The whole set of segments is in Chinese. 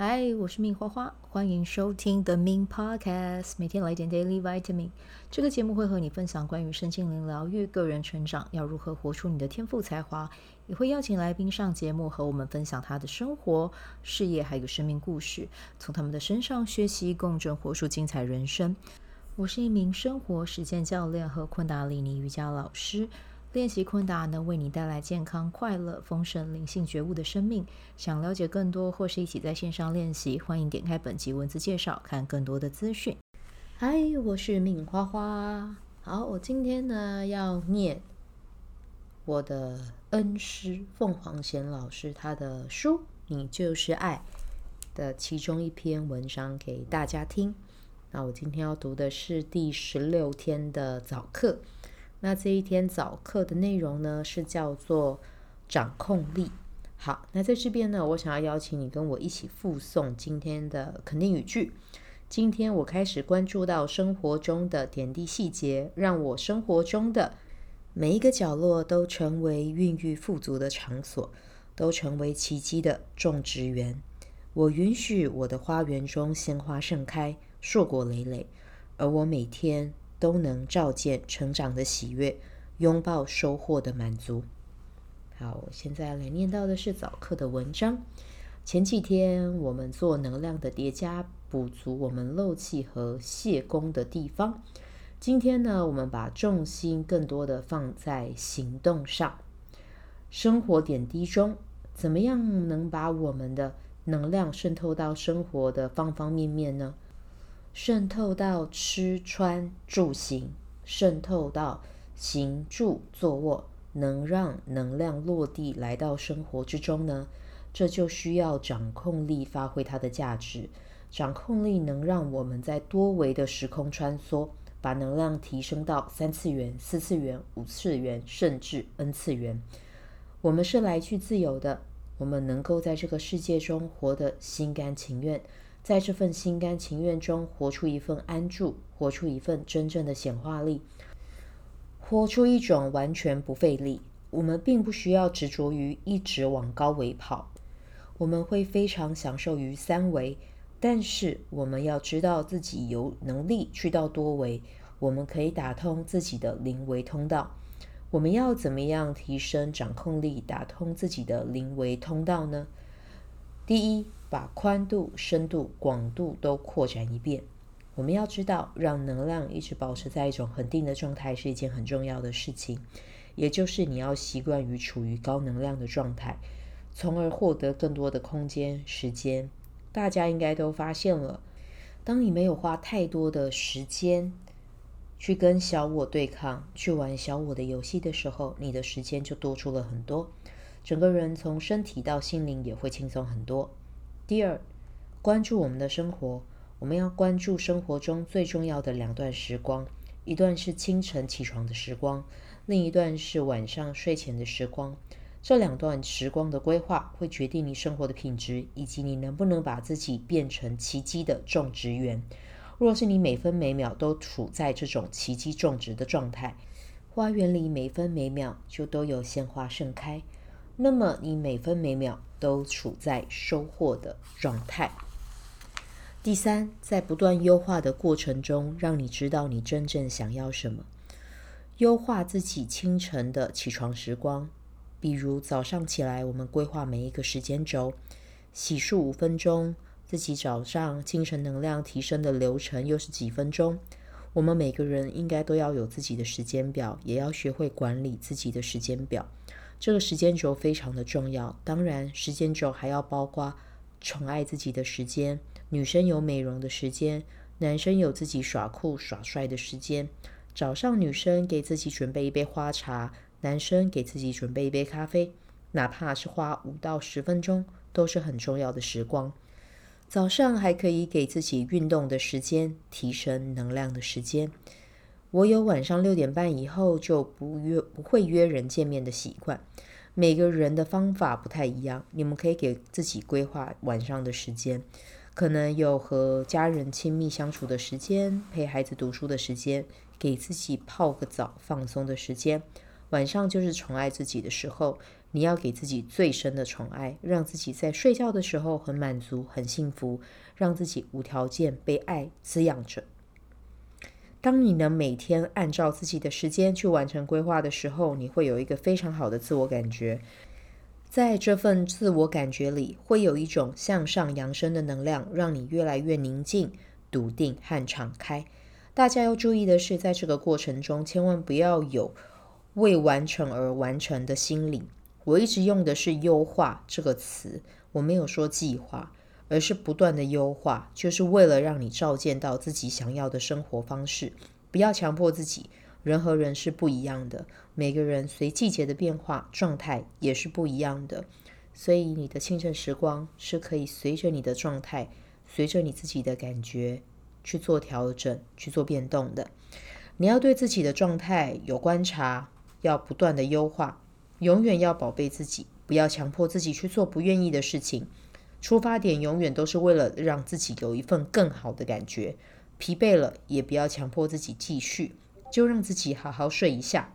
嗨，我是命花花，欢迎收听 The Min Podcast，每天来点 Daily Vitamin。这个节目会和你分享关于身心灵疗愈、个人成长，要如何活出你的天赋才华，也会邀请来宾上节目和我们分享他的生活、事业还有生命故事，从他们的身上学习共振，活出精彩人生。我是一名生活实践教练和昆达里尼瑜伽老师。练习昆达能为你带来健康、快乐、丰盛、灵性觉悟的生命。想了解更多或是一起在线上练习，欢迎点开本集文字介绍，看更多的资讯。嗨，我是命花花。好，我今天呢要念我的恩师凤凰贤老师他的书《你就是爱》的其中一篇文章给大家听。那我今天要读的是第16天的早课。那这一天早课的内容呢是叫做掌控力。好，那在这边呢，我想要邀请你跟我一起复诵今天的肯定语句。今天我开始关注到生活中的点滴细节，让我生活中的每一个角落都成为孕育富足的场所，都成为奇迹的种植园。我允许我的花园中鲜花盛开，硕果累累，而我每天都能照见成长的喜悦，拥抱收获的满足。好，我现在来念到的是早课的文章。前几天我们做能量的叠加，补足我们漏气和泄功的地方。今天呢，我们把重心更多的放在行动上。生活点滴中，怎么样能把我们的能量渗透到生活的方方面面呢？渗透到吃穿住行，渗透到行住坐卧，能让能量落地来到生活之中呢？这就需要掌控力发挥它的价值。掌控力能让我们在多维的时空穿梭，把能量提升到3次元、4次元、5次元，甚至 N 次元。我们是来去自由的，我们能够在这个世界中活得心甘情愿，在这份心甘情愿中活出一份安住，活出一份真正的显化力，活出一种完全不费力。我们并不需要执着于一直往高维跑，我们会非常享受于3维，但是我们要知道自己有能力去到多维，我们可以打通自己的0维通道。我们要怎么样提升掌控力，打通自己的0维通道呢？第一，把宽度、深度、广度都扩展一遍。我们要知道，让能量一直保持在一种恒定的状态是一件很重要的事情，也就是你要习惯于处于高能量的状态，从而获得更多的空间、时间。大家应该都发现了，当你没有花太多的时间去跟小我对抗，去玩小我的游戏的时候，你的时间就多出了很多，整个人从身体到心灵也会轻松很多。第二，关注我们的生活，我们要关注生活中最重要的2段时光，一段是清晨起床的时光，另一段是晚上睡前的时光。这2段时光的规划会决定你生活的品质，以及你能不能把自己变成奇迹的种植园。若是你每分每秒都处在这种奇迹种植的状态，花园里每分每秒就都有鲜花盛开，那么你每分每秒都处在收获的状态。第三，在不断优化的过程中，让你知道你真正想要什么。优化自己清晨的起床时光，比如早上起来，我们规划每一个时间轴，洗漱5分钟，自己早上精神能量提升的流程又是几分钟。我们每个人应该都要有自己的时间表，也要学会管理自己的时间表。这个时间轴非常的重要，当然时间轴还要包括宠爱自己的时间，女生有美容的时间，男生有自己耍酷耍帅的时间。早上女生给自己准备一杯花茶，男生给自己准备一杯咖啡，哪怕是花5到10分钟，都是很重要的时光。早上还可以给自己运动的时间，提升能量的时间。我有晚上6点半以后就不会约人见面的习惯，每个人的方法不太一样，你们可以给自己规划晚上的时间，可能有和家人亲密相处的时间，陪孩子读书的时间，给自己泡个澡放松的时间。晚上就是宠爱自己的时候， 你要给自己最深的宠爱，让自己在睡觉的时候很满足、很幸福，让自己无条件被爱滋养着。当你能每天按照自己的时间去完成规划的时候，你会有一个非常好的自我感觉。在这份自我感觉里，会有一种向上扬升的能量，让你越来越宁静、笃定和敞开。大家要注意的是，在这个过程中，千万不要有为完成而完成的心理。我一直用的是优化这个词，我没有说计划，而是不断的优化，就是为了让你照见到自己想要的生活方式。不要强迫自己，人和人是不一样的，每个人随季节的变化，状态也是不一样的。所以你的清晨时光是可以随着你的状态，随着你自己的感觉去做调整，去做变动的。你要对自己的状态有观察，要不断的优化，永远要宝贝自己，不要强迫自己去做不愿意的事情。出发点永远都是为了让自己有一份更好的感觉。疲惫了也不要强迫自己继续，就让自己好好睡一下。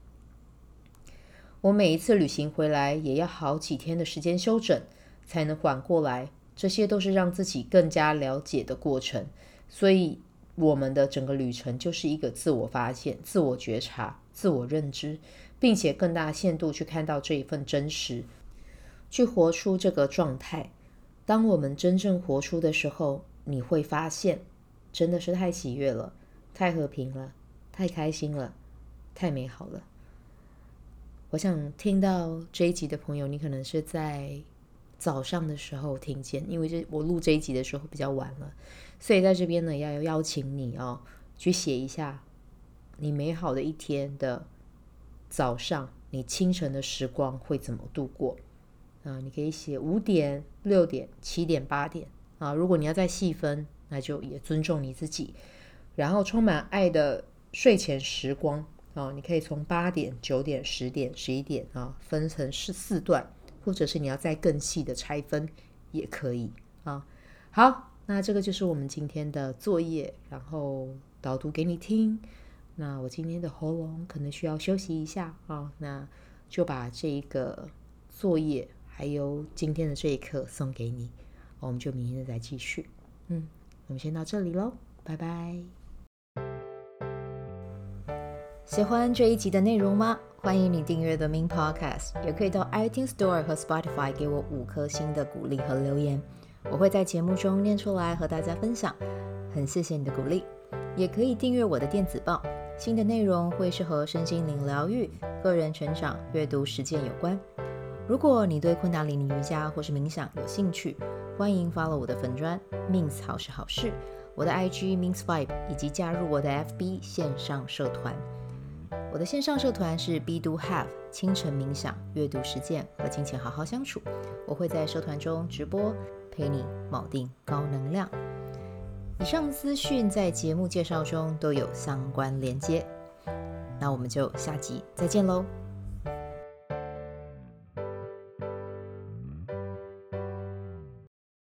我每一次旅行回来也要好几天的时间休整，才能缓过来。这些都是让自己更加了解的过程。所以我们的整个旅程就是一个自我发现、自我觉察、自我认知，并且更大限度去看到这一份真实，去活出这个状态。当我们真正活出的时候，你会发现真的是太喜悦了，太和平了，太开心了，太美好了。我想听到这一集的朋友，你可能是在早上的时候听见，因为我录这一集的时候比较晚了，所以在这边呢，要邀请你去写一下你美好的一天的早上，你清晨的时光会怎么度过。你可以写5点、6点、7点、8点如果你要再细分，那就也尊重你自己。然后充满爱的睡前时光你可以从8点、9点、10点、11点分成4段，或者是你要再更细的拆分也可以好，那这个就是我们今天的作业，然后导读给你听。那我今天的喉咙可能需要休息一下那就把这一个作业还有今天的这一课送给你，我们就明天再继续。我们先到这里咯，拜拜。喜欢这一集的内容吗？欢迎你订阅 The Min Podcast， 也可以到 iTunes Store 和 Spotify 给我5颗星的鼓励和留言，我会在节目中念出来和大家分享。很谢谢你的鼓励，也可以订阅我的电子报，新的内容会是和身心灵疗愈、个人成长、阅读实践有关。如果你对昆达里尼瑜伽或是冥想有兴趣，欢迎 follow 我的粉专 Mins 好是好事，我的 IG Mins Vibe， 以及加入我的 FB 线上社团。我的线上社团是 Be Do Have 清晨冥想、阅读实践和金钱好好相处，我会在社团中直播，陪你锚定高能量。以上资讯在节目介绍中都有相关连接，那我们就下集再见咯。